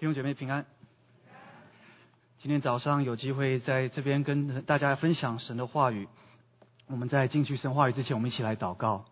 弟兄姐妹平安。今天早上有机会在这边跟大家分享神的话语。我们在进去神话语之前，我们一起来祷告。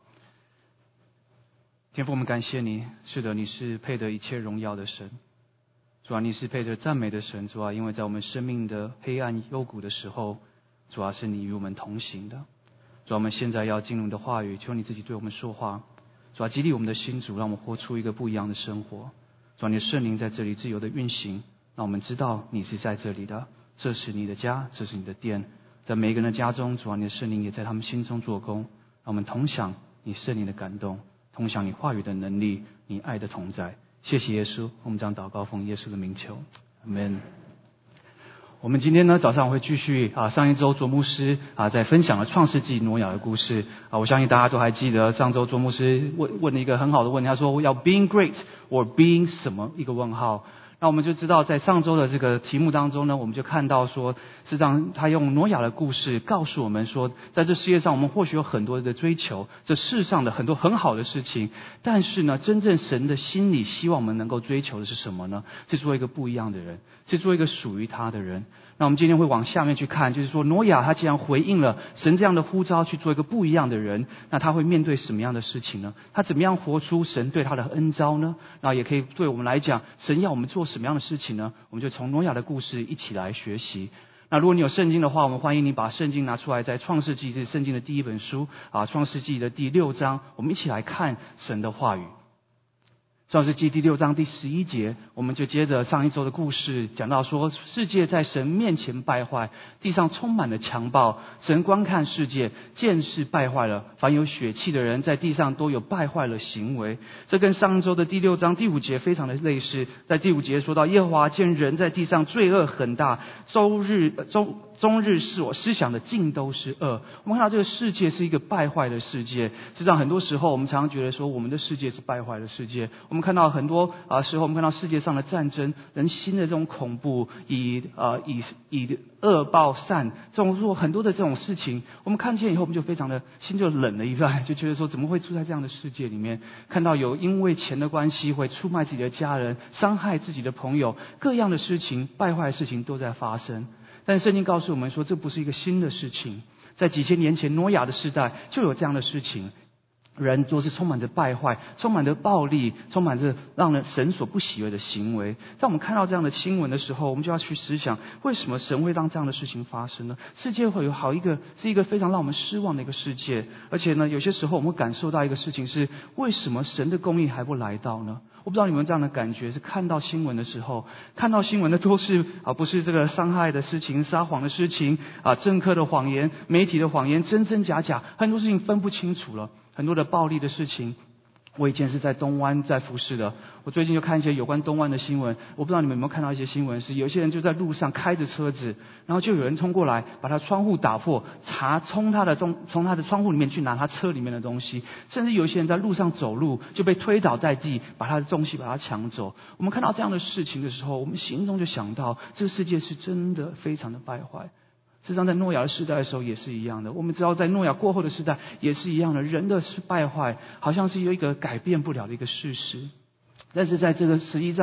天父，我们感谢你，是的，你是配得一切荣耀的神。主啊，你是配得赞美的神。主啊，因为在我们生命的黑暗幽谷的时候，主啊，是你与我们同行的。主啊，我们现在要进入你的话语，求你自己对我们说话。主啊，激励我们的心主，让我们活出一个不一样的生活。主啊，你的圣灵在这里自由的运行，让我们知道你是在这里的，这是你的家，这是你的殿。在每一个人的家中，主啊，你的圣灵也在他们心中做工，让我们同享你圣灵的感动，同享你话语的能力，你爱的同在。谢谢耶稣，我们将祷告奉耶稣的名求，阿们。我们今天呢早上会继续上一周卓牧师在分享了创世纪挪亚的故事我相信大家都还记得上周卓牧师问了一个很好的问题，他说要 being great or being 什么一个问号。那我们就知道在上周的这个题目当中呢，我们就看到说实际上他用挪亚的故事告诉我们说，在这世界上我们或许有很多的追求，这世上的很多很好的事情，但是呢真正神的心里希望我们能够追求的是什么呢？是做一个不一样的人，是做一个属于他的人。那我们今天会往下面去看，就是说挪亚他既然回应了神这样的呼召去做一个不一样的人，那他会面对什么样的事情呢？他怎么样活出神对他的恩召呢？那也可以对我们来讲，神要我们做什么样的事情呢？我们就从挪亚的故事一起来学习。那如果你有圣经的话，我们欢迎你把圣经拿出来，在创世纪是圣经的第一本书创世纪的第6章，我们一起来看神的话语。创世纪第6章第11节，我们就接着上一周的故事讲到说，世界在神面前败坏，地上充满了强暴。神观看世界，见是败坏了，凡有血气的人在地上都有败坏了行为。这跟上一周的第6章第5节非常的类似。在第5节说到，耶和华见人在地上罪恶很大，终日是我思想的尽都是恶。我们看到这个世界是一个败坏的世界。实际上很多时候我们常常觉得说我们的世界是败坏的世界。我们看到很多时候，我们看到世界上的战争，人心的这种恐怖，以恶报善，这种很多的这种事情，我们看见以后，我们就非常的心就冷了一半，就觉得说怎么会住在这样的世界里面？看到有因为钱的关系会出卖自己的家人，伤害自己的朋友，各样的事情，败坏的事情都在发生。但圣经告诉我们说，这不是一个新的事情，在几千年前挪亚的时代就有这样的事情。人都是充满着败坏，充满着暴力，充满着让人神所不喜悦的行为。当我们看到这样的新闻的时候，我们就要去思想，为什么神会让这样的事情发生呢？世界会有是一个非常让我们失望的一个世界。而且呢，有些时候我们会感受到一个事情是，为什么神的公义还不来到呢？我不知道你们这样的感觉，是看到新闻的时候，看到新闻的都是不是这个伤害的事情、撒谎的事情政客的谎言、媒体的谎言，真真假假，很多事情分不清楚了，很多的暴力的事情。我以前是在东湾在服侍的，我最近就看一些有关东湾的新闻。我不知道你们有没有看到一些新闻，是有些人就在路上开着车子，然后就有人冲过来把他窗户打破，从他的窗户里面去拿他车里面的东西，甚至有些人在路上走路就被推倒在地，把他的东西把他抢走。我们看到这样的事情的时候，我们心中就想到，这个世界是真的非常的败坏。事实上在诺亚的时代的时候也是一样的，我们知道在诺亚过后的时代也是一样的，人的败坏好像是有一个改变不了的一个事实。但是在这个第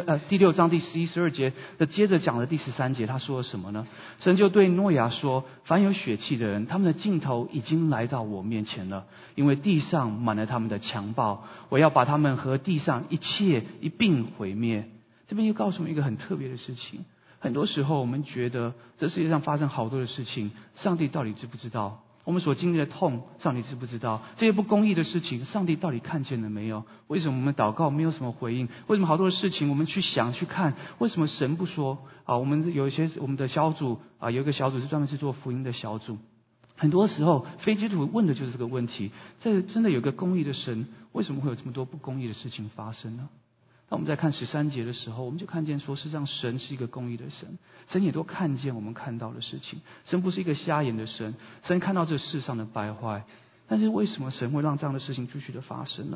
6章第11、12节的接着讲的第13节，他说了什么呢？神就对诺亚说，凡有血气的人，他们的尽头已经来到我面前了，因为地上满了他们的强暴，我要把他们和地上一切一并毁灭。这边又告诉我们一个很特别的事情，很多时候我们觉得这世界上发生好多的事情，上帝到底知不知道？我们所经历的痛，上帝知不知道？这些不公义的事情，上帝到底看见了没有？为什么我们祷告没有什么回应？为什么好多的事情我们去想去看，为什么神不说？我们我们的小组有一个小组是专门是做福音的小组。很多时候非基督徒问的就是这个问题，这真的有个公义的神，为什么会有这么多不公义的事情发生呢？当我们在看13节的时候，我们就看见说，事实上神是一个公义的神，神也都看见我们看到的事情，神不是一个瞎眼的神，神看到这世上的败坏。但是为什么神会让这样的事情继续的发生呢？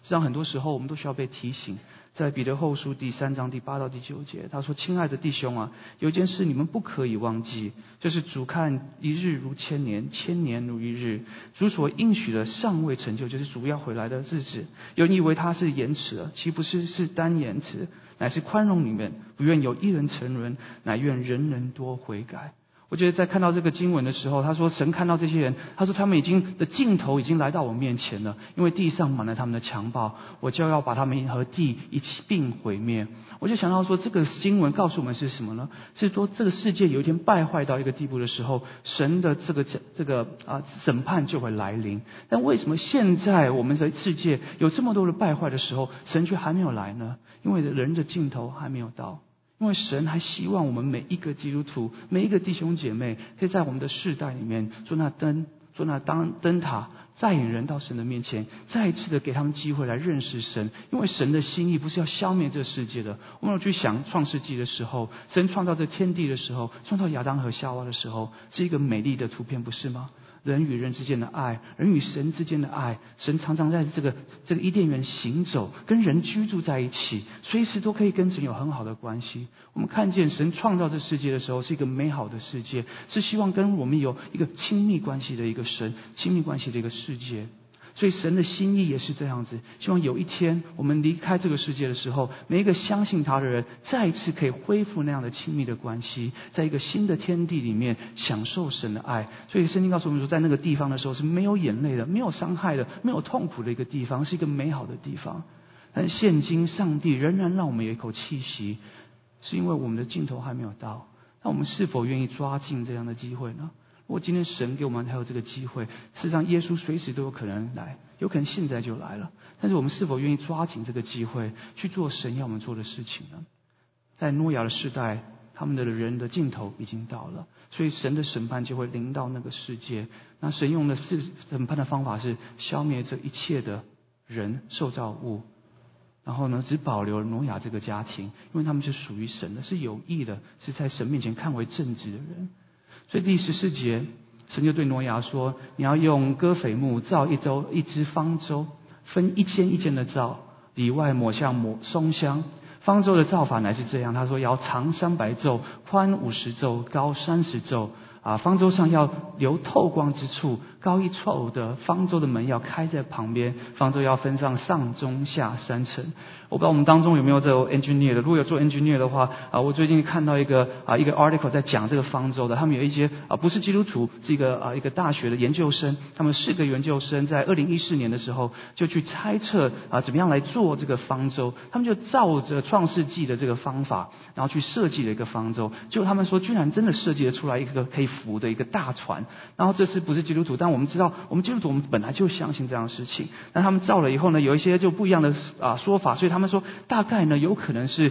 实际上很多时候我们都需要被提醒。在彼得后书第3章第8到第9节，他说：亲爱的弟兄啊，有一件事你们不可以忘记，就是主看一日如千年，千年如一日。主所应许的尚未成就，就是主要回来的日子。有人以为他是延迟了，其不是，是单延迟，乃是宽容你们，不愿有一人沉沦，乃愿人人多悔改。我觉得在看到这个经文的时候，他说神看到这些人，他说他们的尽头已经来到我面前了，因为地上满了他们的强暴，我就要把他们和地一起并毁灭。我就想到说，这个经文告诉我们是什么呢？是说这个世界有一天败坏到一个地步的时候，神的这个审判就会来临。但为什么现在我们的世界有这么多的败坏的时候，神却还没有来呢？因为人的尽头还没有到。因为神还希望我们每一个基督徒，每一个弟兄姐妹，可以在我们的世代里面做那当灯塔，带引人到神的面前，再一次的给他们机会来认识神。因为神的心意不是要消灭这个世界的。我们有去想创世纪的时候，神创造这天地的时候，创造亚当和夏娃的时候，是一个美丽的图片，不是吗？人与人之间的爱，人与神之间的爱，神常常在这个伊甸园行走，跟人居住在一起，随时都可以跟神有很好的关系。我们看见神创造这世界的时候是一个美好的世界，是希望跟我们有一个亲密关系的一个神，亲密关系的一个世界。所以神的心意也是这样子，希望有一天我们离开这个世界的时候，每一个相信他的人再一次可以恢复那样的亲密的关系，在一个新的天地里面享受神的爱。所以圣经告诉我们说，在那个地方的时候是没有眼泪的，没有伤害的，没有痛苦的一个地方，是一个美好的地方。但现今上帝仍然让我们有一口气息，是因为我们的尽头还没有到。那我们是否愿意抓紧这样的机会呢？如果今天神给我们还有这个机会，事实上耶稣随时都有可能来，有可能现在就来了。但是我们是否愿意抓紧这个机会去做神要我们做的事情呢？在诺亚的时代，他们的人的尽头已经到了，所以神的审判就会临到那个世界。那神用的审判的方法是消灭这一切的人受造物，然后呢，只保留挪亚这个家庭，因为他们是属于神的，是有义的，是在神面前看为正直的人。所以第14节，神就对挪亚说：你要用歌斐木造一只方舟，分一间一间的造，里外抹上松香。方舟的造法乃是这样，他说要长300肘，宽50肘，高30肘。方舟上要留透光之处，高1肘的方舟的门要开在旁边，方舟要分上上中下3层。我不知道我们当中有没有这个 engineer 的，如果有做 engineer 的话，我最近看到一个 article 在讲这个方舟的，他们有一些不是基督徒，是一个大学的研究生，他们4个研究生在2014年的时候就去猜测怎么样来做这个方舟，他们就照着创世纪的这个方法，然后去设计了一个方舟，结果他们说居然真的设计了出来一个可以浮的一个大船。然后这次不是基督徒，但我们知道我们基督徒我们本来就相信这样的事情，但他们造了以后呢，有一些就不一样的说法，所以他们说大概呢有可能是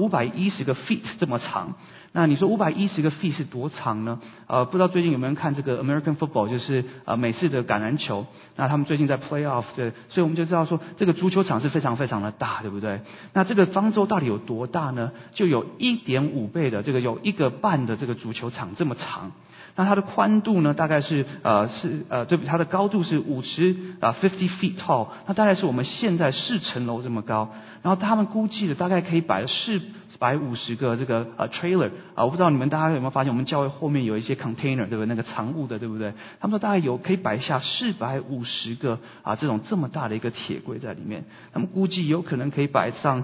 510个 feet 这么长。那你说510个 feet 是多长呢？不知道最近有没有人看这个 American Football， 就是美式的橄榄球。那他们最近在 Playoff 的，所以我们就知道说这个足球场是非常非常的大，对不对？那这个方舟到底有多大呢？就有1.5倍的，这个有1个半的这个足球场这么长。那它的宽度呢，大概是对，它的高度是50 feet tall， 那大概是我们现在4层楼这么高。然后他们估计的大概可以摆450个这个trailer。我不知道你们大家有没有发现，我们教会后面有一些 container， 对不对？那个藏物的，对不对？他们说大概可以摆下450个这么大的一个铁柜在里面。他们估计有可能可以摆上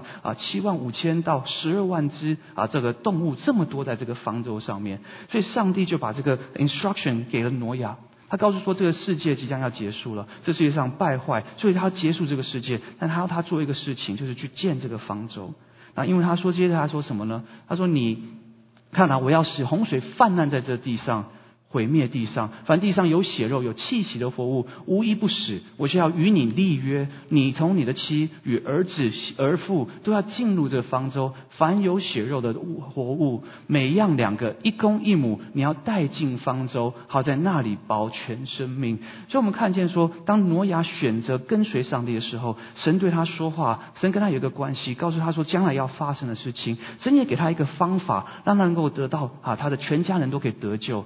75000到12万只这个动物这么多在这个方舟上面。所以上帝就把这个 instruction 给了挪亚。他告诉说这个世界即将要结束了，这世界上败坏，所以他要结束这个世界，但他要他做一个事情，就是去建这个方舟。那因为他说接着他说什么呢？他说你看我要使洪水泛滥在这地上，毁灭地上，凡地上有血肉有气息的活物无一不死。我需要与你立约，你同你的妻与儿子儿妇都要进入这方舟，凡有血肉的活物每样2个，1公1母，你要带进方舟，好在那里保全生命。所以我们看见说，当挪亚选择跟随上帝的时候，神对他说话，神跟他有一个关系，告诉他说将来要发生的事情，神也给他一个方法，让他能够得到他的全家人都可以得救。那这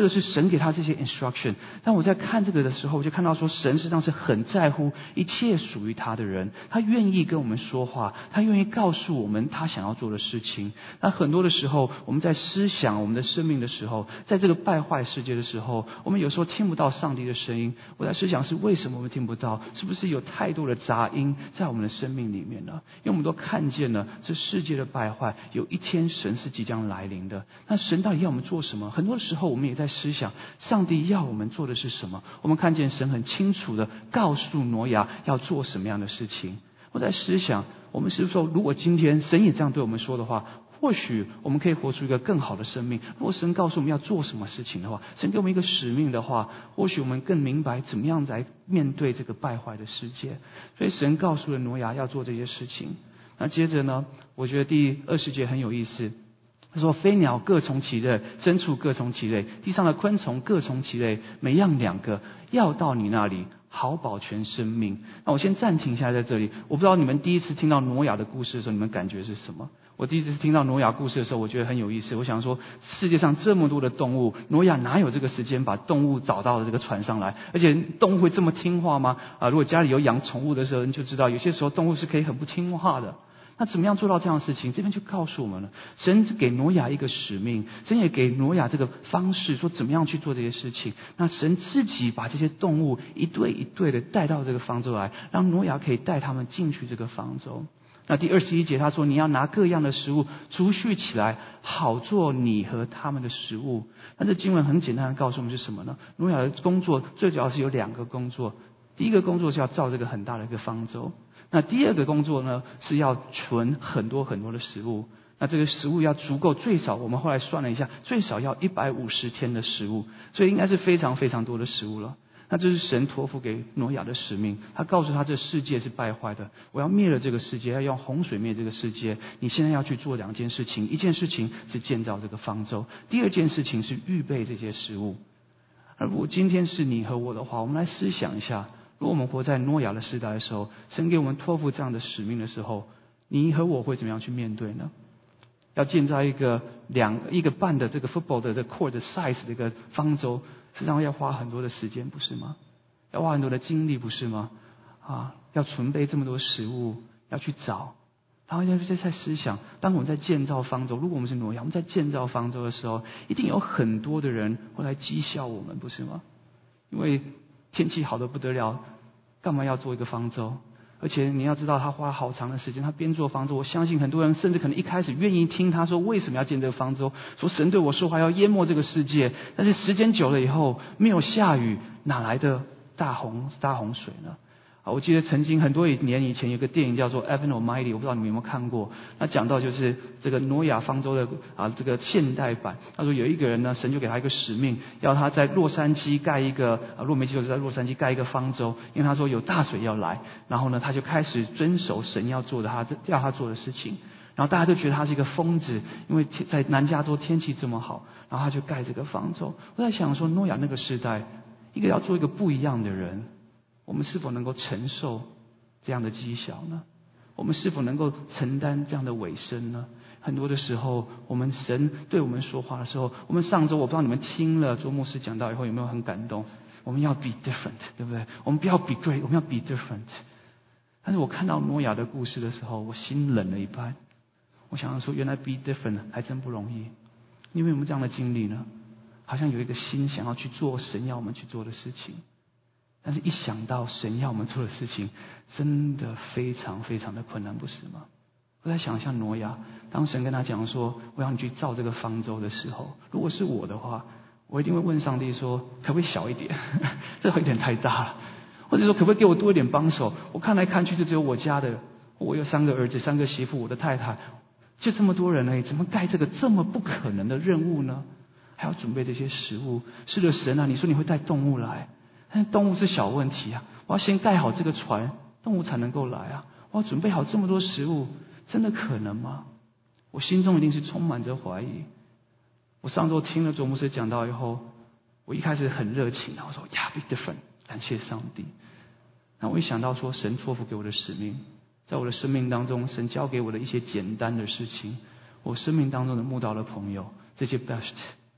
这个是神给他这些 instruction。但我在看这个的时候，我就看到说，神实际上是很在乎一切属于他的人，他愿意跟我们说话，他愿意告诉我们他想要做的事情。那很多的时候，我们在思想我们的生命的时候，在这个败坏世界的时候，我们有时候听不到上帝的声音。我在思想是为什么我们听不到？是不是有太多的杂音在我们的生命里面呢？因为我们都看见了这世界的败坏，有一天神是即将来临的。那神到底要我们做什么？很多时候我们也在思想，上帝要我们做的是什么？我们看见神很清楚的告诉挪亚要做什么样的事情。我在思想，我们是不是说，如果今天神也这样对我们说的话，或许我们可以活出一个更好的生命。如果神告诉我们要做什么事情的话，神给我们一个使命的话，或许我们更明白怎么样来面对这个败坏的世界。所以神告诉了挪亚要做这些事情。那接着呢，我觉得第20节很有意思。他说：飞鸟各从其类，牲畜各从其类，地上的昆虫各从其类，每样2个，要到你那里，好保全生命。那我先暂停一下在这里。我不知道你们第一次听到挪亚的故事的时候，你们感觉是什么？我第一次听到挪亚故事的时候，我觉得很有意思。我想说，世界上这么多的动物，挪亚哪有这个时间把动物找到这个船上来？而且动物会这么听话吗？如果家里有养宠物的时候，你就知道有些时候动物是可以很不听话的。那怎么样做到这样的事情？这边就告诉我们了，神给挪亚一个使命，神也给挪亚这个方式，说怎么样去做这些事情。那神自己把这些动物一对一对的带到这个方舟来，让挪亚可以带他们进去这个方舟。那第21节他说，你要拿各样的食物储蓄起来，好做你和他们的食物。那这经文很简单的告诉我们是什么呢？挪亚的工作最主要是有2个工作。第一个工作是要造这个很大的一个方舟。那第二个工作呢，是要存很多很多的食物。那这个食物要足够，最少我们后来算了一下，最少要150天的食物，所以应该是非常非常多的食物了。那这是神托付给挪亚的使命，他告诉他这世界是败坏的，我要灭了这个世界，要用洪水灭这个世界。你现在要去做2件事情，一件事情是建造这个方舟，第2件事情是预备这些食物。而如果今天是你和我的话，我们来思想一下，如果我们活在挪亚的时代的时候，神给我们托付这样的使命的时候，你和我会怎么样去面对呢？要建造一个半的这个 football 的这 court size 的一个方舟，实际上要花很多的时间，不是吗？要花很多的精力，不是吗？要准备这么多食物，要去找，然后要在思想，当我们在建造方舟，如果我们是挪亚，我们在建造方舟的时候，一定有很多的人会来讥笑我们，不是吗？因为天气好得不得了，干嘛要做一个方舟？而且你要知道，他花好长的时间，他边做方舟，我相信很多人甚至可能一开始愿意听他说为什么要建这个方舟，说神对我说话要淹没这个世界，但是时间久了以后，没有下雨，哪来的大洪水呢？我记得曾经很多年以前有个电影叫做《Evan Almighty》，我不知道你们有没有看过。那讲到就是这个挪亚方舟的这个现代版。他说有一个人呢，神就给他一个使命，要他在洛杉矶盖一个如果没记错是在洛杉矶盖一个方舟，因为他说有大水要来。然后呢，他就开始遵守神要做的要他做的事情。然后大家都觉得他是一个疯子，因为在南加州天气这么好，然后他就盖这个方舟。我在想说，挪亚那个时代，一个要做一个不一样的人。我们是否能够承受这样的讥笑呢？我们是否能够承担这样的尾声呢？很多的时候，我们神对我们说话的时候，我们上周我不知道你们听了周牧师讲到以后有没有很感动？我们要 be different， 对不对？我们不要 be great， 我们要 be different。但是我看到挪亚的故事的时候，我心冷了一半。我想说，原来 be different 还真不容易。你有没有这样的经历呢？好像有一个心想要去做神要我们去做的事情。但是一想到神要我们做的事情，真的非常非常的困难，不是吗？我在想象挪亚，当神跟他讲说我要你去造这个方舟的时候，如果是我的话，我一定会问上帝说可不可以小一点这有点太大了，或者说可不可以给我多一点帮手？我看来看去就只有我家的，我有3个儿子3个媳妇，我的太太，就这么多人而已，怎么盖这个这么不可能的任务呢？还要准备这些食物。是的，神啊，你说你会带动物来，但动物是小问题啊！我要先盖好这个船，动物才能够来啊！我要准备好这么多食物，真的可能吗？我心中一定是充满着怀疑。我上周听了卓牧师讲到以后，我一开始很热情，然后说 "Yeah, be different， 感谢上帝。然后我一想到说神托付给我的使命，在我的生命当中，神交给我的一些简单的事情，我生命当中的慕道的朋友，这些 best，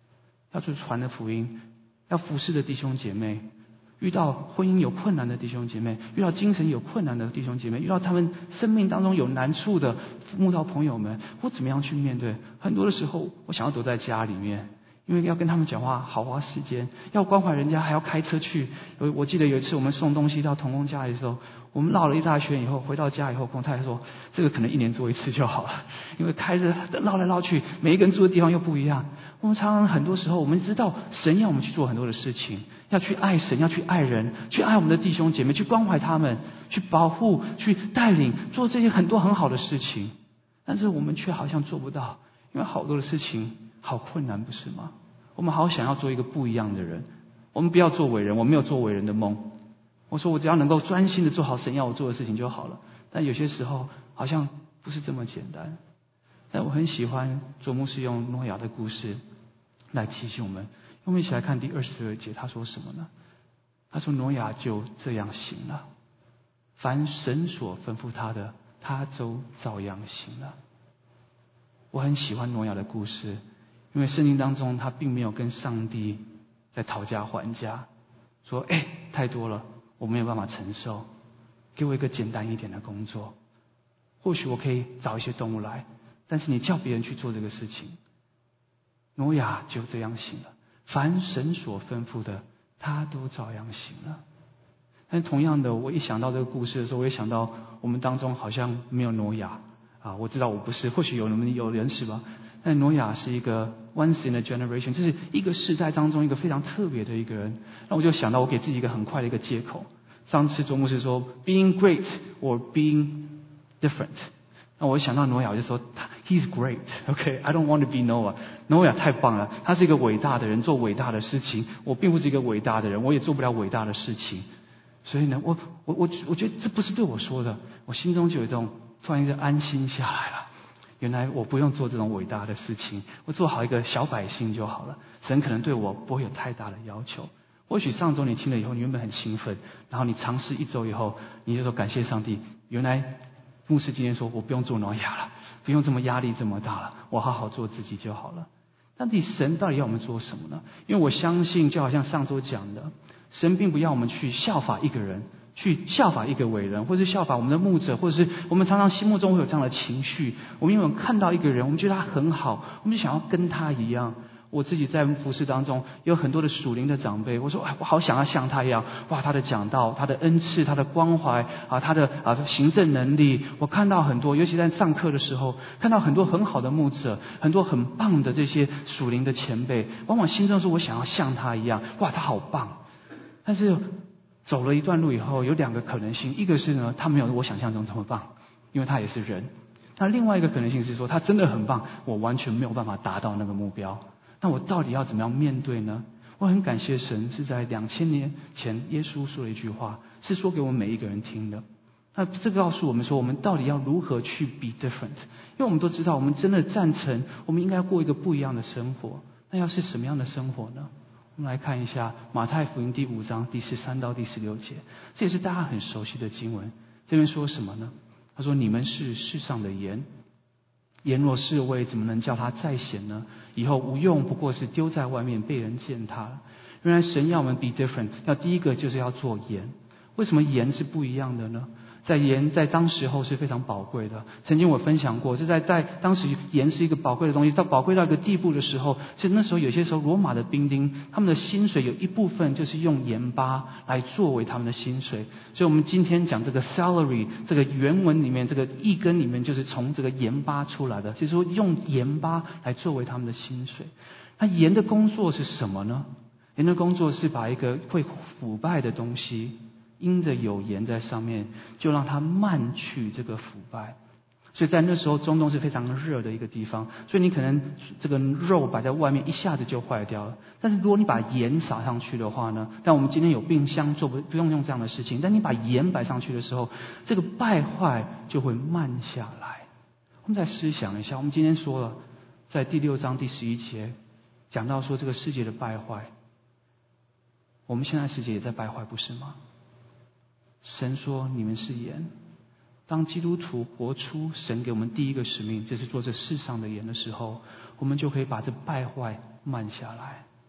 要去传的福音，要服侍的弟兄姐妹，遇到婚姻有困难的弟兄姐妹，遇到精神有困难的弟兄姐妹，遇到他们生命当中有难处的慕道朋友们，我怎么样去面对？很多的时候，我想要躲在家里面，因为要跟他们讲话好花时间，要关怀人家还要开车去。我记得有一次我们送东西到同工家里的时候，我们绕了一大圈以后，回到家以后，跟我太太说，这个可能1年做一次就好了，因为开着绕来绕去，每一个人住的地方又不一样。我们常常很多时候，我们知道神要我们去做很多的事情，要去爱神，要去爱人，去爱我们的弟兄姐妹，去关怀他们，去保护，去带领，做这些很多很好的事情，但是我们却好像做不到，因为好多的事情好困难，不是吗？我们好想要做一个不一样的人，我们不要做伟人，我没有做伟人的梦。我说我只要能够专心的做好神要我做的事情就好了，但有些时候好像不是这么简单。但我很喜欢卓牧师用挪亚的故事来提醒我们。我们一起来看第22节，他说什么呢？他说挪亚就这样行了，凡神所吩咐他的，他都照样行了。我很喜欢挪亚的故事，因为圣经当中他并没有跟上帝在讨价还价，说太多了，我没有办法承受，给我一个简单一点的工作，或许我可以找一些动物来，但是你叫别人去做这个事情。挪亚就这样行了，凡神所吩咐的，他都照样行了。但同样的，我一想到这个故事的时候，我也想到我们当中好像没有挪亚啊。我知道我不是，或许有人是吧？但挪亚是一个 once in a generation， 这是一个世代当中一个非常特别的一个人。那我就想到，我给自己一个很快的一个借口。上次卓牧师说 being great or being different， 那我想到挪亚，我就说 he's great，OK，I don't want to be Noah。挪亚太棒了，他是一个伟大的人，做伟大的事情。我并不是一个伟大的人，我也做不了伟大的事情。所以呢，我觉得这不是对我说的，我心中就有一种突然就安心下来了。原来我不用做这种伟大的事情，我做好一个小百姓就好了。神可能对我不会有太大的要求。或许上周你听了以后，你原本很兴奋，然后你尝试1周以后，你就说感谢上帝，原来牧师今天说我不用做挪亚了，不用这么压力这么大了，我好好做自己就好了。但神到底要我们做什么呢？因为我相信，就好像上周讲的，神并不要我们去效法一个人，去效法一个伟人，或是效法我们的牧者，或者是我们常常心目中会有这样的情绪。我们因为看到一个人，我们觉得他很好，我们就想要跟他一样。我自己在服事当中有很多的属灵的长辈，我说我好想要像他一样，哇，他的讲道，他的恩赐，他的关怀啊，他的行政能力，我看到很多，尤其在上课的时候，看到很多很好的牧者，很多很棒的这些属灵的前辈，往往心中说我想要像他一样，哇，他好棒。但是走了一段路以后，有2个可能性，一个是呢，他没有我想象中这么棒，因为他也是人。那另外一个可能性是说，他真的很棒，我完全没有办法达到那个目标。那我到底要怎么样面对呢？我很感谢神，是在2000年前耶稣说了一句话，是说给我们每一个人听的。那这个告诉我们说，我们到底要如何去 be different？ 因为我们都知道，我们真的赞成我们应该过一个不一样的生活。那要是什么样的生活呢？我们来看一下马太福音第5章第13到第16节，这也是大家很熟悉的经文。这边说什么呢？他说：“你们是世上的盐，盐若是味，怎么能叫它再咸呢？以后无用，不过是丢在外面，被人践踏了。”原来神要我们 be different， 要第一个就是要做盐。为什么盐是不一样的呢？盐在当时候是非常宝贵的。曾经我分享过，是在当时盐是一个宝贵的东西，到宝贵到一个地步的时候，其实那时候有些时候罗马的兵丁他们的薪水有一部分就是用盐巴来作为他们的薪水。所以我们今天讲这个 salary， 这个原文里面这个译根里面就是从这个盐巴出来的，就是说用盐巴来作为他们的薪水。那盐的工作是什么呢？盐的工作是把一个会腐败的东西，因着有盐在上面，就让它慢去这个腐败。所以在那时候中东是非常热的一个地方，所以你可能这个肉摆在外面一下子就坏掉了。但是如果你把盐撒上去的话呢，但我们今天有冰箱做不用用这样的事情，但你把盐摆上去的时候，这个败坏就会慢下来。我们再思想一下，我们今天说了，在第6章第11节讲到说这个世界的败坏，我们现在世界也在败坏，不是吗？神说你们是盐，当基督徒活出神给我们第一个使命，就是做这世上的盐的时候，我们就可以把这败坏慢下来。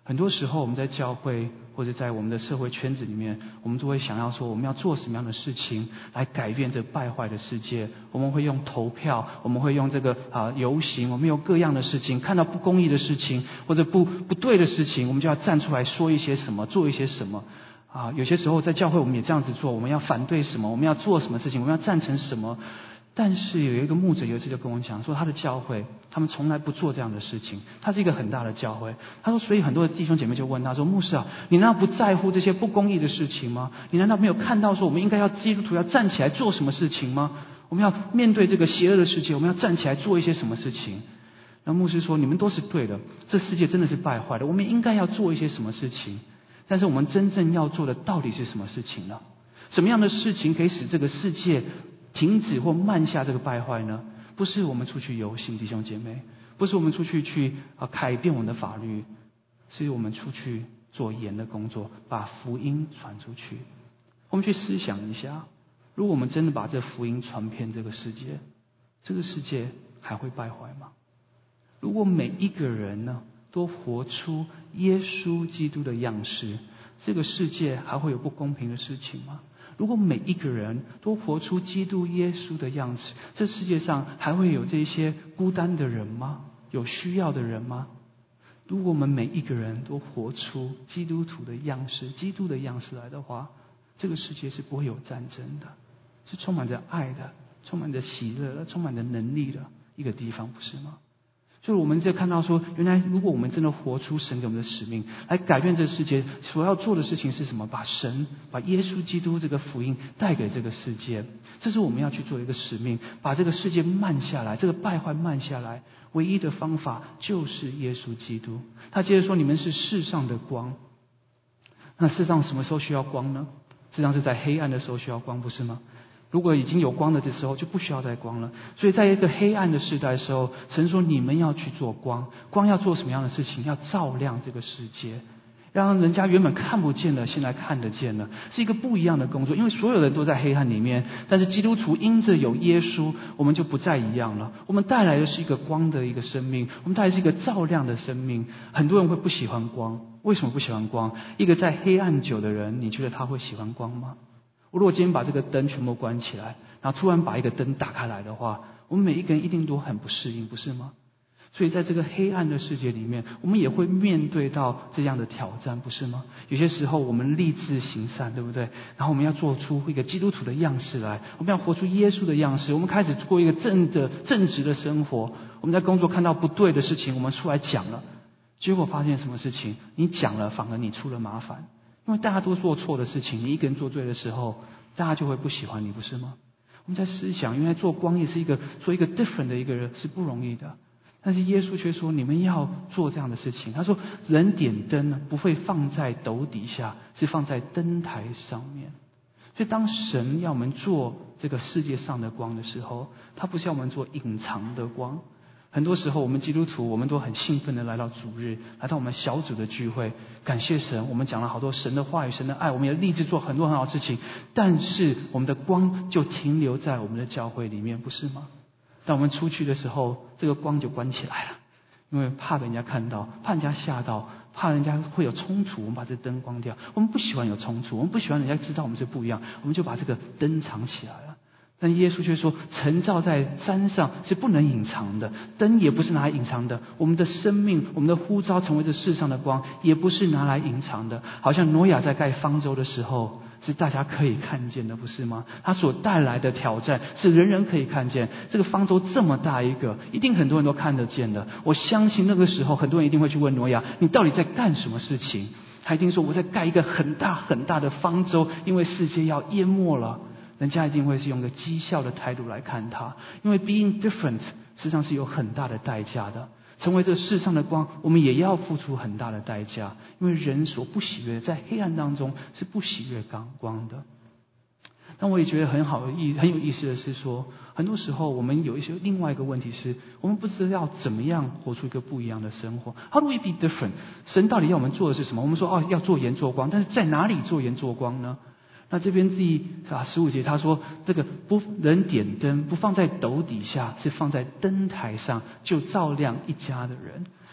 很多时候我们在教会或者在我们的社会圈子里面，我们都会想要说我们要做什么样的事情来改变这败坏的世界。我们会用投票，我们会用这个游行，我们有各样的事情，看到不公义的事情或者不对的事情，我们就要站出来说一些什么，做一些什么。有些时候在教会我们也这样子做，我们要反对什么，我们要做什么事情，我们要赞成什么。但是有一个牧者有一次就跟我讲说，他的教会他们从来不做这样的事情，他是一个很大的教会。他说，所以很多的弟兄姐妹就问他说，牧师啊，你难道不在乎这些不公义的事情吗？你难道没有看到说我们应该要基督徒要站起来做什么事情吗？我们要面对这个邪恶的世界，我们要站起来做一些什么事情？然后牧师说，你们都是对的，这世界真的是败坏的，我们应该要做一些什么事情。但是我们真正要做的到底是什么事情呢？什么样的事情可以使这个世界停止或慢下这个败坏呢？不是我们出去游行，弟兄姐妹，不是我们出去改变我们的法律，是我们出去做盐的工作，把福音传出去。我们去思想一下，如果我们真的把这福音传遍这个世界，这个世界还会败坏吗？如果每一个人呢都活出耶稣基督的样式，这个世界还会有不公平的事情吗？如果每一个人都活出基督耶稣的样子，这世界上还会有这些孤单的人吗？有需要的人吗？如果我们每一个人都活出基督徒的样式，基督的样式来的话，这个世界是不会有战争的，是充满着爱的，充满着喜乐的，充满着能力的一个地方，不是吗？就是我们在看到说，原来如果我们真的活出神给我们的使命，来改变这个世界，所要做的事情是什么？把耶稣基督这个福音带给这个世界，这是我们要去做的一个使命，把这个世界慢下来，这个败坏慢下来，唯一的方法就是耶稣基督。他接着说，你们是世上的光。那世上什么时候需要光呢？实际上是在黑暗的时候需要光，不是吗？如果已经有光了的时候，就不需要再光了。所以在一个黑暗的时代的时候，神说你们要去做光。光要做什么样的事情？要照亮这个世界，让人家原本看不见的现在看得见了，是一个不一样的工作。因为所有人都在黑暗里面，但是基督徒因着有耶稣，我们就不再一样了。我们带来的是一个光的一个生命，我们带来的是一个照亮的生命。很多人会不喜欢光，为什么不喜欢光？一个在黑暗久的人，你觉得他会喜欢光吗？我如果今天把这个灯全部关起来，然后突然把一个灯打开来的话，我们每一个人一定都很不适应，不是吗？所以在这个黑暗的世界里面，我们也会面对到这样的挑战，不是吗？有些时候我们立志行善，对不对？然后我们要做出一个基督徒的样式来，我们要活出耶稣的样式，我们开始过一个正直的生活。我们在工作看到不对的事情，我们出来讲了，结果发现什么事情？你讲了，反而你出了麻烦。因为大家都做错的事情，你一个人做对的时候，大家就会不喜欢你，不是吗？我们在思想，原来做光也是做一个 different 的一个人是不容易的，但是耶稣却说你们要做这样的事情。他说人点灯不会放在斗底下，是放在灯台上面。所以当神要我们做这个世界上的光的时候，他不是要我们做隐藏的光。很多时候我们基督徒我们都很兴奋的来到主日，来到我们小组的聚会，感谢神，我们讲了好多神的话语，神的爱，我们也立志做很多很好的事情，但是我们的光就停留在我们的教会里面，不是吗？当我们出去的时候，这个光就关起来了，因为怕人家看到，怕人家吓到，怕人家会有冲突，我们把这灯关掉。我们不喜欢有冲突，我们不喜欢人家知道我们是不一样，我们就把这个灯藏起来了。但耶稣却说，晨照在山上是不能隐藏的，灯也不是拿来隐藏的。我们的生命，我们的呼召成为这世上的光，也不是拿来隐藏的。好像挪亚在盖方舟的时候，是大家可以看见的，不是吗？他所带来的挑战是人人可以看见。这个方舟这么大一个，一定很多人都看得见的。我相信那个时候，很多人一定会去问挪亚，你到底在干什么事情？他一定说，我在盖一个很大很大的方舟，因为世界要淹没了。人家一定会是用个讥笑的态度来看他，因为 being different 实际上是有很大的代价的。成为这世上的光，我们也要付出很大的代价，因为人所不喜悦，在黑暗当中是不喜悦光的。但我也觉得很有意思的是说，很多时候我们有另外一个问题是，我们不知道要怎么样活出一个不一样的生活。How do we be different？ 神到底要我们做的是什么？我们说要做盐做光，但是在哪里做盐做光呢？那这边15节他说，这个不能点灯，不放在斗底下，是放在灯台上，就照亮一家的人。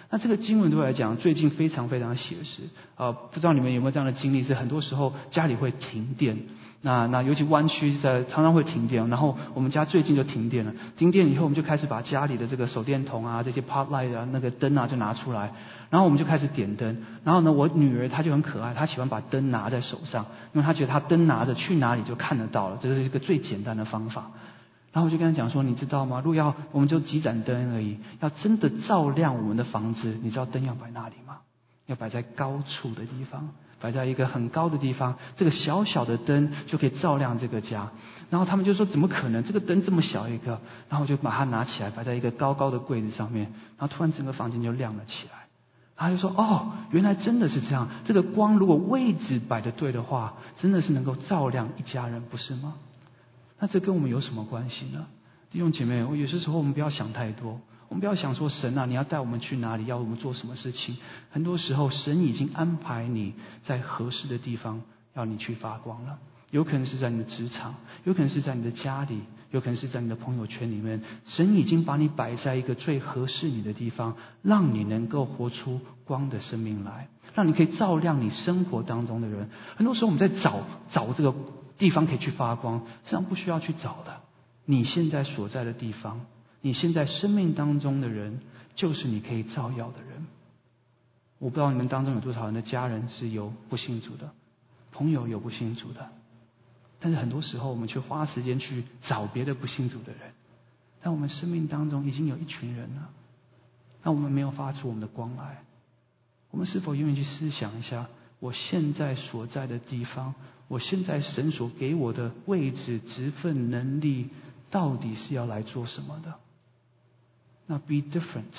那这个经文对我来讲，最近非常非常写实不知道你们有没有这样的经历？是很多时候家里会停电，那尤其湾区常常会停电，然后我们家最近就停电了。停电以后，我们就开始把家里的这个手电筒啊、这些 pot light 啊、那个灯啊就拿出来，然后我们就开始点灯。然后呢，我女儿她就很可爱，她喜欢把灯拿在手上，因为她觉得她灯拿着去哪里就看得到了，这是一个最简单的方法。然后我就跟他讲说，你知道吗？如果我们就几盏灯而已，要真的照亮我们的房子，你知道灯要摆哪里吗？要摆在高处的地方，摆在一个很高的地方，这个小小的灯就可以照亮这个家。然后他们就说怎么可能？这个灯这么小一个，然后我就把它拿起来摆在一个高高的柜子上面，然后突然整个房间就亮了起来。他就说原来真的是这样，这个光如果位置摆得对的话，真的是能够照亮一家人，不是吗？那这跟我们有什么关系呢？弟兄姐妹，有些时候我们不要想太多，我们不要想说神啊，你要带我们去哪里，要我们做什么事情。很多时候神已经安排你在合适的地方要你去发光了，有可能是在你的职场，有可能是在你的家里，有可能是在你的朋友圈里面，神已经把你摆在一个最合适你的地方，让你能够活出光的生命来，让你可以照亮你生活当中的人。很多时候我们在找这个地方可以去发光，实际上不需要去找的。你现在所在的地方，你现在生命当中的人，就是你可以照耀的人。我不知道你们当中有多少人的家人是有不信主的，朋友有不信主的，但是很多时候我们却花时间去找别的不信主的人，但我们生命当中已经有一群人了，那我们没有发出我们的光来。我们是否愿意去思想一下，我现在所在的地方，我现在神所给我的位置、职分、能力，到底是要来做什么的？那 be different,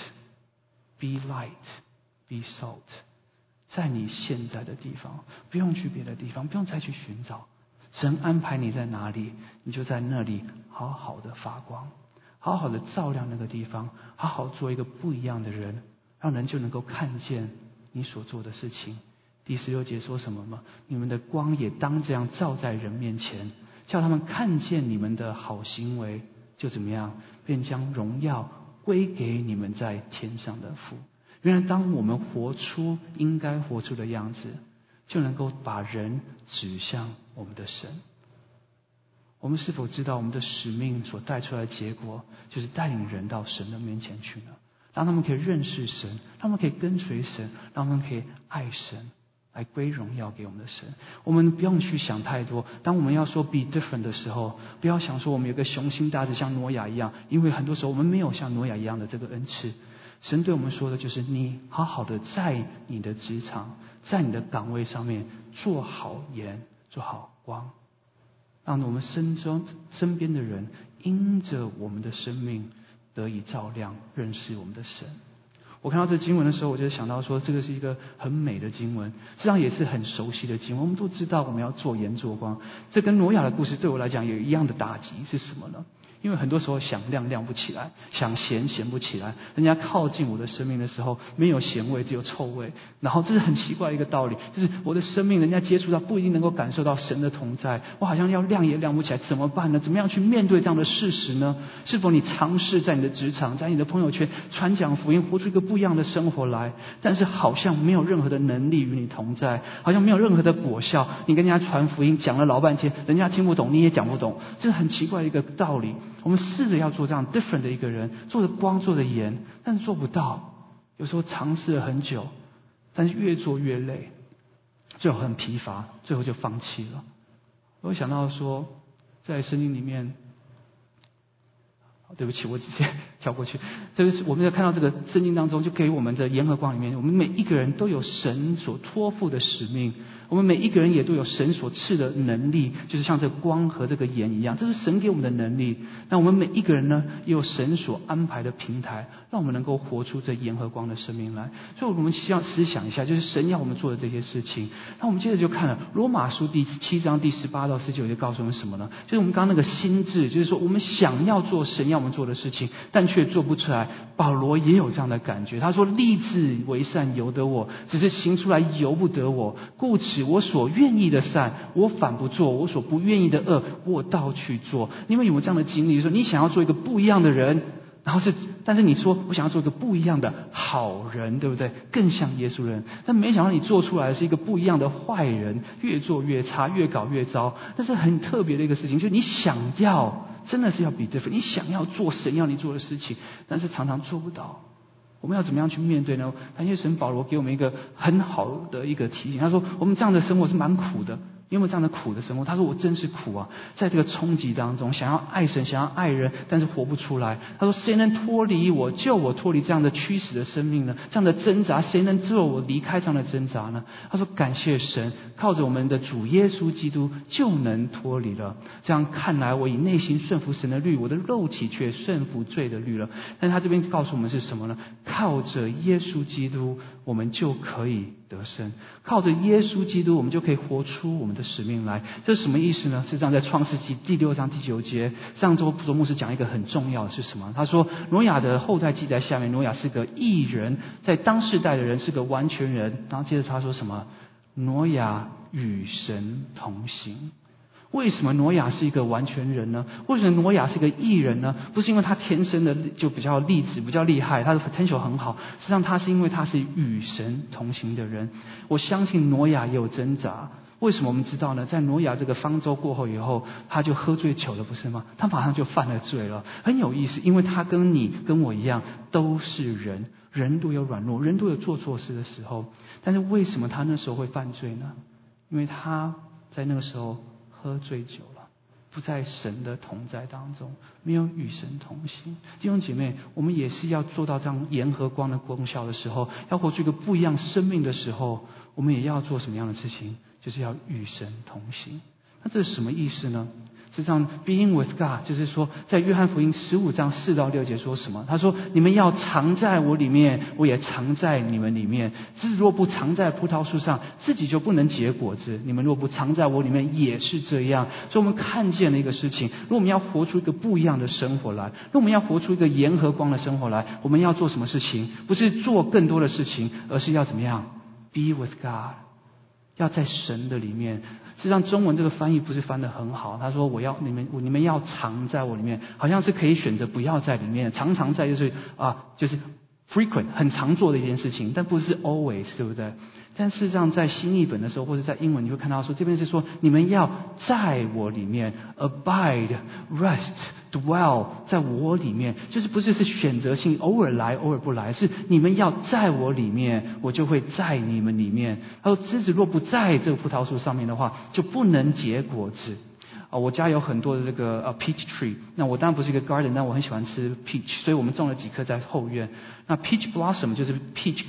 be light, be salt， 在你现在的地方，不用去别的地方，不用再去寻找。神安排你在哪里，你就在那里好好的发光，好好的照亮那个地方，好好做一个不一样的人，让人就能够看见你所做的事情。第16节说什么吗？你们的光也当这样照在人面前，叫他们看见你们的好行为，就怎么样，便将荣耀归给你们在天上的父。原来当我们活出应该活出的样子，就能够把人指向我们的神。我们是否知道我们的使命所带出来的结果，就是带领人到神的面前去呢？让他们可以认识神，让他们可以跟随神，让他们可以爱神，来归荣耀给我们的神。我们不用去想太多，当我们要说 be different 的时候，不要想说我们有个雄心大志像挪亚一样，因为很多时候我们没有像挪亚一样的这个恩赐。神对我们说的就是你好好的在你的职场，在你的岗位上面做好盐，做好光，让我们身边的人因着我们的生命得以照亮，认识我们的神。我看到这经文的时候，我就想到说，这个是一个很美的经文，实际上也是很熟悉的经文。我们都知道我们要做盐做光，这跟挪亚的故事对我来讲有一样的打击是什么呢？因为很多时候想亮不起来，想咸不起来。人家靠近我的生命的时候，没有咸味，只有臭味。然后这是很奇怪的一个道理，就是我的生命人家接触到不一定能够感受到神的同在，我好像要亮也亮不起来，怎么办呢？怎么样去面对这样的事实呢？是否你尝试在你的职场，在你的朋友圈传讲福音，活出一个不一样的生活来，但是好像没有任何的能力与你同在，好像没有任何的果效。你跟人家传福音讲了老半天，人家听不懂，你也讲不懂，这是很奇怪的一个道理。我们试着要做这样 different 的一个人，做的光，做的盐，但是做不到。有时候尝试了很久，但是越做越累，最后很疲乏，最后就放弃了。我想到说，在圣经里面，对不起，我直接跳过去。这是我们在看到这个圣经当中，就给我们的盐和光里面，我们每一个人都有神所托付的使命。我们每一个人也都有神所赐的能力，就是像这光和这个盐一样，这是神给我们的能力。那我们每一个人呢，也有神所安排的平台，让我们能够活出这盐和光的生命来。所以我们需要思想一下，就是神要我们做的这些事情。那我们接着就看了罗马书第7章第18到19节，告诉我们什么呢？就是我们刚刚那个心智，就是说我们想要做神要我们做的事情，但却做不出来。保罗也有这样的感觉，他说立志为善由得我，只是行出来由不得我。故此我所愿意的善我反不做，我所不愿意的恶我倒去做。你们有没有这样的经历，说你想要做一个不一样的人，然后但是你说我想要做一个不一样的好人，对不对？更像耶稣的人。但没想到你做出来的是一个不一样的坏人，越做越差，越搞越糟。但是很特别的一个事情，就是你想要真的是要比对分，你想要做神要你做的事情，但是常常做不到。我们要怎么样去面对呢？感谢神保罗给我们一个很好的一个提醒，他说我们这样的生活是蛮苦的。有没有这样的苦的生活？他说我真是苦啊，在这个冲击当中，想要爱神，想要爱人，但是活不出来。他说谁能脱离我，救我脱离这样的驱使的生命呢？这样的挣扎，谁能救我离开这样的挣扎呢？他说感谢神，靠着我们的主耶稣基督就能脱离了。这样看来，我以内心顺服神的律，我的肉体却顺服罪的律了。但是他这边告诉我们是什么呢？靠着耶稣基督，我们就可以得胜。靠着耶稣基督，我们就可以活出我们的使命来。这是什么意思呢？是这样，在创世纪第6章第9节，上周卓牧师讲一个很重要的是什么？他说挪亚的后代记载下面，挪亚是个义人，在当世代的人是个完全人。然后接着他说什么？挪亚与神同行。为什么挪亚是一个完全人呢？为什么挪亚是一个义人呢？不是因为他天生的就比较励志比较厉害，他的 potential 很好，实际上他是因为他是与神同行的人。我相信挪亚也有挣扎。为什么我们知道呢？在挪亚这个方舟过后以后，他就喝醉酒了，不是吗？他马上就犯了罪了。很有意思，因为他跟你跟我一样都是人，人都有软弱，人都有做错事的时候。但是为什么他那时候会犯罪呢？因为他在那个时候喝醉酒了，不在神的同在当中，没有与神同行。弟兄姐妹，我们也是要做到这样盐和光的功效的时候，要活出一个不一样生命的时候，我们也要做什么样的事情？就是要与神同行。那这是什么意思呢？实际上 being with God 就是说，在约翰福音15章4到6节说什么？他说你们要藏在我里面，我也藏在你们里面。枝子若不藏在葡萄树上，自己就不能结果子。你们若不藏在我里面，也是这样。所以我们看见了一个事情，如果我们要活出一个不一样的生活来，如果我们要活出一个盐和光的生活来，我们要做什么事情？不是做更多的事情，而是要怎么样 be with God，要在神的里面。实际上中文这个翻译不是翻得很好，他说你们要藏在我里面，好像是可以选择不要在里面，常常在就是 frequent 很常做的一件事情，但不是 always， 对不对？但事实上在新译本的时候，或者在英文你会看到说，这边是说你们要在我里面 abide rest dwell 在我里面，就是不是选择性偶尔来偶尔不来，是你们要在我里面，我就会在你们里面。他说枝子若不在这个葡萄树上面的话，就不能结果子。我家有很多的这个peach tree， 那我当然不是一个 garden， 但我很喜欢吃 peach， 所以我们种了几棵在后院。那 peach blossom 就是 peach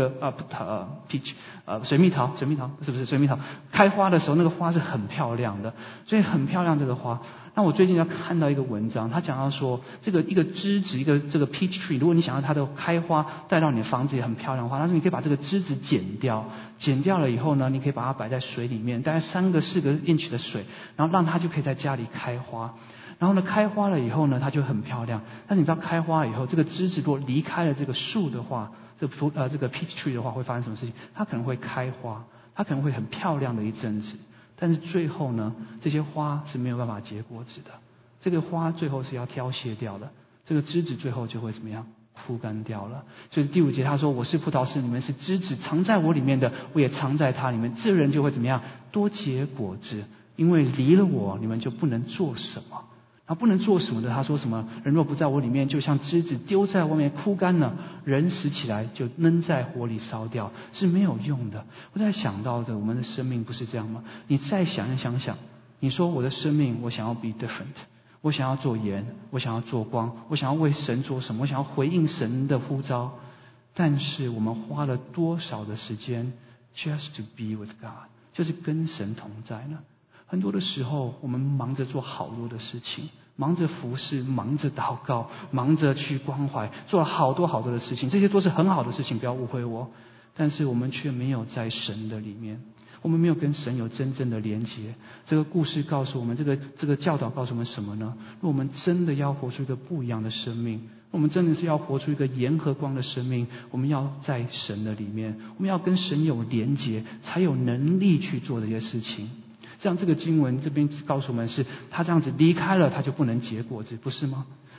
peach 水蜜桃是不是水蜜桃开花的时候，那个花是很漂亮的，所以很漂亮这个花。那我最近要看到一个文章，他讲到说，这个一个枝子，一个这个 peach tree， 如果你想要它的开花带到你的房子也很漂亮的话，但是你可以把这个枝子剪掉了以后呢，你可以把它摆在水里面，大概3个4个 inch 的水，然后让它就可以在家里开花。然后呢，开花了以后呢，它就很漂亮。但你知道开花以后，这个枝子如果离开了这个树的话，这个 peach tree 的话，会发生什么事情？它可能会开花，它可能会很漂亮的一阵子。但是最后呢，这些花是没有办法结果子的，这个花最后是要凋谢掉的，这个枝子最后就会怎么样？枯干掉了。所以第5节他说，我是葡萄树，你们是枝子，藏在我里面的，我也藏在他里面。这人就会怎么样？多结果子，因为离了我，你们就不能做什么。他不能做什么的，他说什么？人若不在我里面，就像枝子丢在外面枯干了，人死起来就扔在火里烧掉，是没有用的。我在想到的，我们的生命不是这样吗？你再想一想，你说我的生命，我想要 be different， 我想要做盐，我想要做光，我想要为神做什么，我想要回应神的呼召。但是我们花了多少的时间 just to be with God， 就是跟神同在呢？很多的时候我们忙着做好多的事情，忙着服侍，忙着祷告，忙着去关怀，做了好多的事情，这些都是很好的事情，不要误会我。但是我们却没有在神的里面，我们没有跟神有真正的连结。这个故事告诉我们，这个教导告诉我们什么呢？如果我们真的要活出一个不一样的生命，我们真的是要活出一个盐和光的生命，我们要在神的里面，我们要跟神有连结，才有能力去做这些事情。像这个经文这边告诉我们是，他这样子离开了，他就不能结果子，不是吗？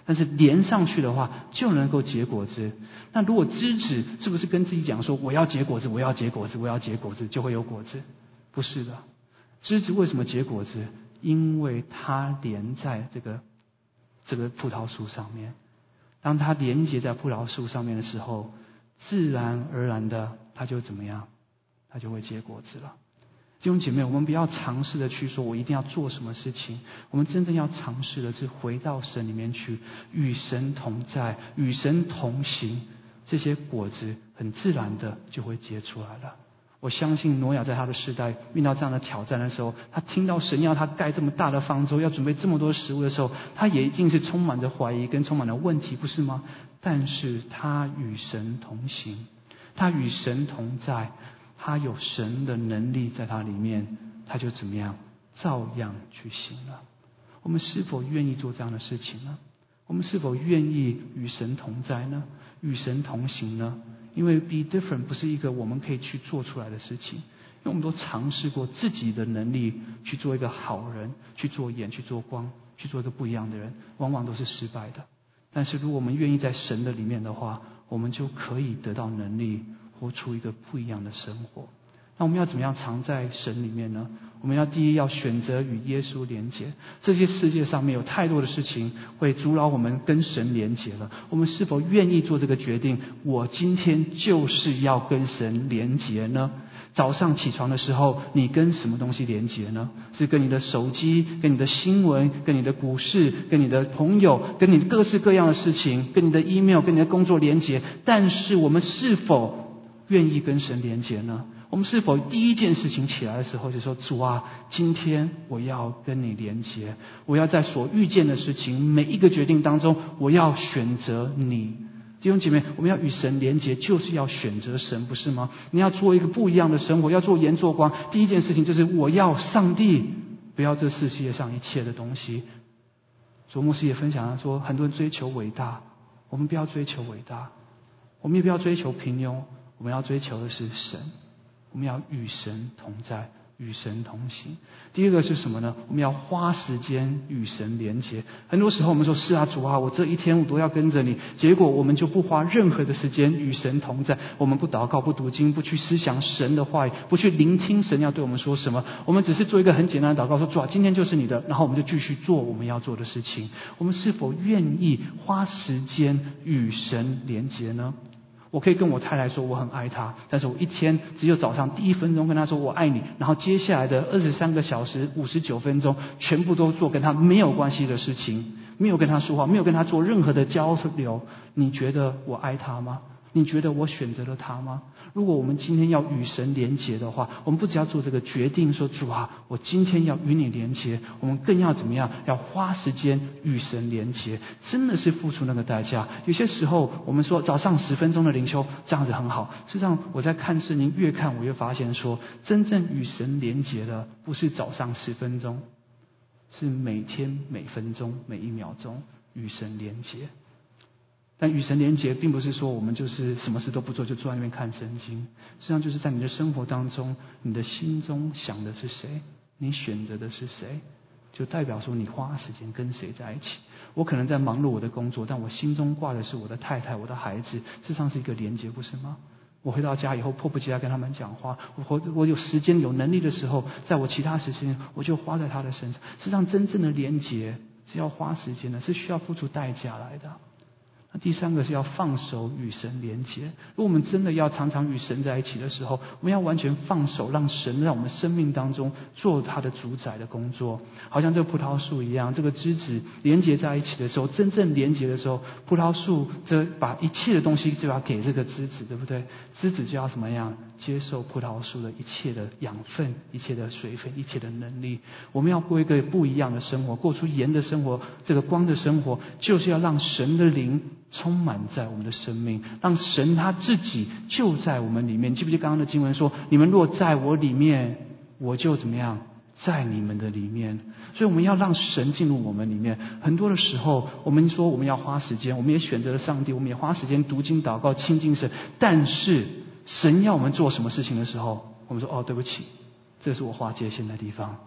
但是连上去的话就能够结果子。那如果枝子是不是跟自己讲说我要结果子，我要结果子，我要结果子，就会有果子？不是的。枝子为什么结果子？因为它连在这个葡萄树上面。当它连接在葡萄树上面的时候，自然而然的它就怎么样？它就会结果子了。弟兄姐妹，我们不要尝试的去说我一定要做什么事情，我们真正要尝试的是回到神里面去，与神同在，与神同行，这些果子很自然的就会结出来了。我相信挪亚在他的时代遇到这样的挑战的时候，他听到神要他盖这么大的方舟，要准备这么多食物的时候，他也一定是充满着怀疑跟充满了问题，不是吗？但是他与神同行，他与神同在，他有神的能力在他里面，他就怎么样？照样去行了。我们是否愿意做这样的事情呢？我们是否愿意与神同在呢？与神同行呢？因为 be different 不是一个我们可以去做出来的事情，因为我们都尝试过自己的能力去做一个好人，去做盐，去做光，去做一个不一样的人，往往都是失败的。但是如果我们愿意在神的里面的话，我们就可以得到能力，活出一个不一样的生活。那我们要怎么样藏在神里面呢？我们第一要选择与耶稣连结。这些世界上面有太多的事情会阻扰我们跟神连结了，我们是否愿意做这个决定？我今天就是要跟神连结呢？早上起床的时候，你跟什么东西连结呢？是跟你的手机，跟你的新闻，跟你的股市，跟你的朋友，跟你各式各样的事情，跟你的 email， 跟你的工作连结。但是我们是否愿意跟神连结呢？我们是否第一件事情起来的时候就说，主啊，今天我要跟你连结，我要在所遇见的事情每一个决定当中，我要选择你。弟兄姐妹，我们要与神连结，就是要选择神，不是吗？你要做一个不一样的生活，要做盐做光，第一件事情就是我要上帝，不要这世界上一切的东西。卓牧师也分享说，很多人追求伟大，我们不要追求伟大，我们也不要追求平庸，我们要追求的是神。我们要与神同在，与神同行。第二个是什么呢？我们要花时间与神连结。很多时候我们说，是啊，主啊，我这一天我都要跟着你，结果我们就不花任何的时间与神同在，我们不祷告，不读经，不去思想神的话语，不去聆听神要对我们说什么，我们只是做一个很简单的祷告，说主啊，今天就是你的，然后我们就继续做我们要做的事情。我们是否愿意花时间与神连结呢？我可以跟我太太说我很爱她，但是我一天只有早上第1分钟跟她说我爱你，然后接下来的23个小时59分钟全部都做跟她没有关系的事情，没有跟她说话，没有跟她做任何的交流。你觉得我爱她吗？你觉得我选择了她吗？如果我们今天要与神连结的话，我们不只要做这个决定说，主啊，我今天要与你连结，我们更要怎么样？要花时间与神连结，真的是付出那个代价。有些时候我们说早上10分钟的灵修这样子很好，事实上我在看圣经越看我越发现说，真正与神连结的不是早上10分钟，是每天每分钟每1秒钟与神连结。但与神连结并不是说我们就是什么事都不做就坐在那边看圣经，实际上就是在你的生活当中，你的心中想的是谁，你选择的是谁，就代表说你花时间跟谁在一起。我可能在忙碌我的工作，但我心中挂的是我的太太我的孩子，事实上是一个连结，不是吗？我回到家以后迫不及待跟他们讲话，我有时间有能力的时候，在我其他时间我就花在他的身上。事实上真正的连结是要花时间的，是需要付出代价来的。那第3个是要放手与神连结。如果我们真的要常常与神在一起的时候，我们要完全放手，让神在我们生命当中做他的主宰的工作。好像这个葡萄树一样，这个枝子连结在一起的时候，真正连结的时候，葡萄树这把一切的东西就要给这个枝子，对不对？枝子就要怎么样接受葡萄树的一切的养分，一切的水分，一切的能力。我们要过一个不一样的生活，过出盐的生活，这个光的生活，就是要让神的灵充满在我们的生命，让神他自己就在我们里面。你记不记得刚刚的经文说，你们若在我里面，我就怎么样在你们的里面。所以我们要让神进入我们里面。很多的时候我们说我们要花时间，我们也选择了上帝，我们也花时间读经祷告亲近神，但是神要我们做什么事情的时候，我们说哦对不起，这是我划界限的地方，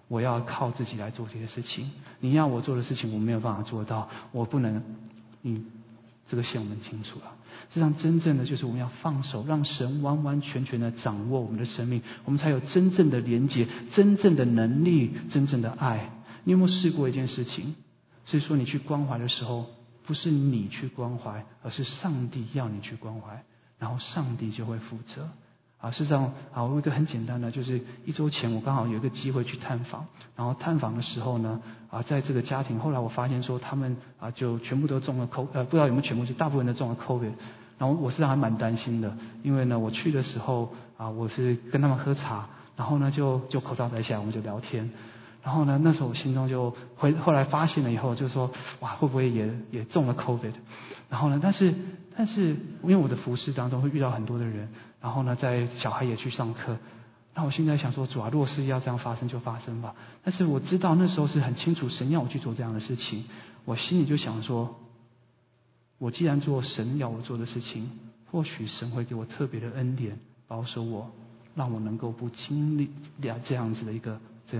我要靠自己来做这些事情，你要我做的事情我没有办法做到，我不能，这个线我们清楚了。实际上真正的就是我们要放手，让神完完全全的掌握我们的生命，我们才有真正的连结，真正的能力，真正的爱。你有没有试过一件事情，是说你去关怀的时候，不是你去关怀，而是上帝要你去关怀，然后上帝就会负责。事实上我有一个很简单的，就是1周前我刚好有一个机会去探访，然后探访的时候呢，在这个家庭，后来我发现说他们就全部都中了不知道有没有全部，就大部分都中了 COVID。然后我实际上还蛮担心的，因为呢我去的时候我是跟他们喝茶，然后呢就口罩摘下来，我们就聊天。然后呢那时候我心中就后来发现了以后就说，哇，会不会也中了 COVID。 然后呢但是因为我的服事当中会遇到很多的人，然后呢在小孩也去上课，那我现在想说，主啊，若是要这样发生就发生吧。但是我知道那时候是很清楚神要我去做这样的事情，我心里就想说，我既然做神要我做的事情，或许神会给我特别的恩典，保守我，让我能够不经历这样的一个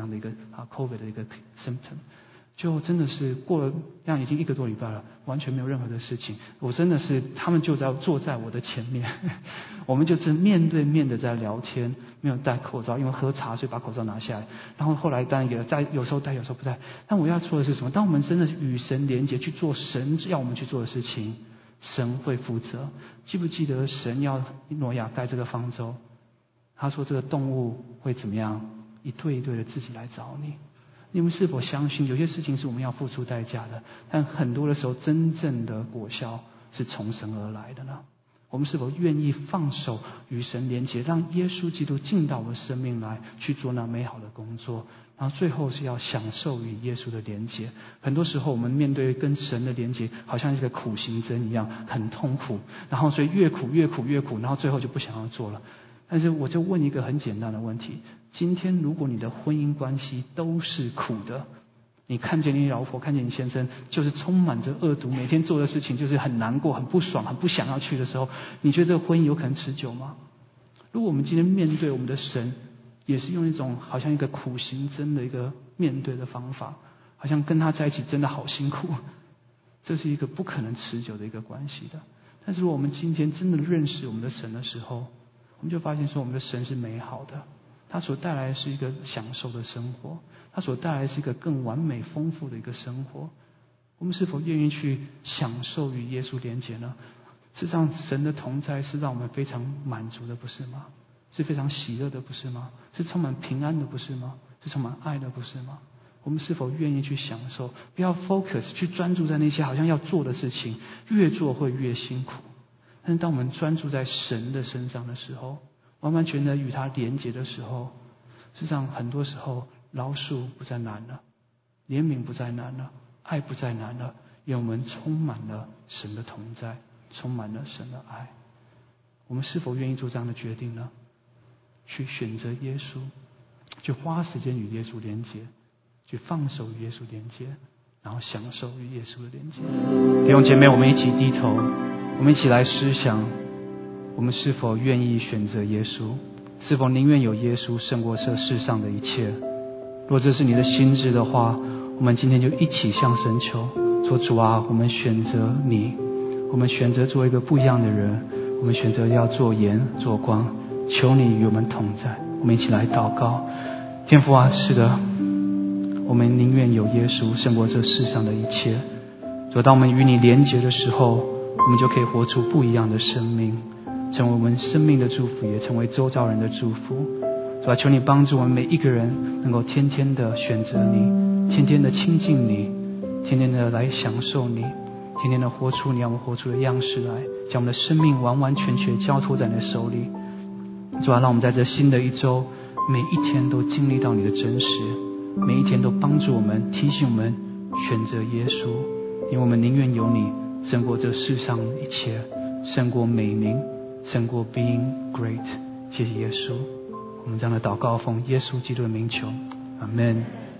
COVID 的一个 symptom。就真的是过了这样已经1个多礼拜了，完全没有任何的事情。我真的是他们就坐在我的前面，我们就面对面的在聊天，没有戴口罩，因为喝茶所以把口罩拿下来。然后后来当然也有时候戴有时候不戴。但我要说的是什么？当我们真的与神连结，去做神要我们去做的事情，神会负责。记不记得神要挪亚盖这个方舟，他说这个动物会怎么样，一对一对的自己来找你。你们是否相信有些事情是我们要付出代价的，但很多的时候真正的果效是从神而来的呢？我们是否愿意放手与神连结，让耶稣基督进到我的生命来，去做那美好的工作，然后最后是要享受与耶稣的连结。很多时候我们面对跟神的连结好像一个苦行僧一样，很痛苦，然后所以越苦，然后最后就不想要做了。但是我就问一个很简单的问题，今天如果你的婚姻关系都是苦的，你看见你老婆，看见你先生就是充满着恶毒，每天做的事情就是很难过，很不爽，很不想要去的时候，你觉得这个婚姻有可能持久吗？如果我们今天面对我们的神，也是用一种好像一个苦行僧的一个面对的方法，好像跟他在一起真的好辛苦，这是一个不可能持久的一个关系的。但是如果我们今天真的认识我们的神的时候，我们就发现说我们的神是美好的，他所带来的是一个享受的生活，他所带来的是一个更完美丰富的一个生活。我们是否愿意去享受与耶稣连结呢？事实上神的同在是让我们非常满足的，不是吗？是非常喜乐的，不是吗？是充满平安的，不是吗？是充满爱的，不是吗？我们是否愿意去享受，不要 focus 去专注在那些好像要做的事情，越做会越辛苦。但是当我们专注在神的身上的时候，完完全全与他连结的时候，事实上很多时候饶恕不再难了，怜悯不再难了，爱不再难了，因为我们充满了神的同在，充满了神的爱。我们是否愿意做这样的决定呢？去选择耶稣，去花时间与耶稣连结，去放手与耶稣连结，然后享受与耶稣的连结。弟兄姐妹，我们一起低头，我们一起来思想，我们是否愿意选择耶稣？是否宁愿有耶稣胜过这世上的一切？若这是你的心志的话，我们今天就一起向神求，说主啊，我们选择你，我们选择做一个不一样的人，我们选择要做盐做光，求你与我们同在。我们一起来祷告。天父啊，是的，我们宁愿有耶稣胜过这世上的一切。主，当我们与你连结的时候，我们就可以活出不一样的生命，成为我们生命的祝福，也成为周遭人的祝福。主啊，求你帮助我们每一个人能够天天的选择你，天天的亲近你，天天的来享受你，天天的活出你要我们活出的样式来，将我们的生命完完全全交托在你的手里。主啊，让我们在这新的一周，每一天都经历到你的真实，每一天都帮助我们，提醒我们选择耶稣，因为我们宁愿有你胜过这世上一切，胜过美名，胜过 being great。谢谢耶稣，我们这样的祷告奉耶稣基督的名求，阿们。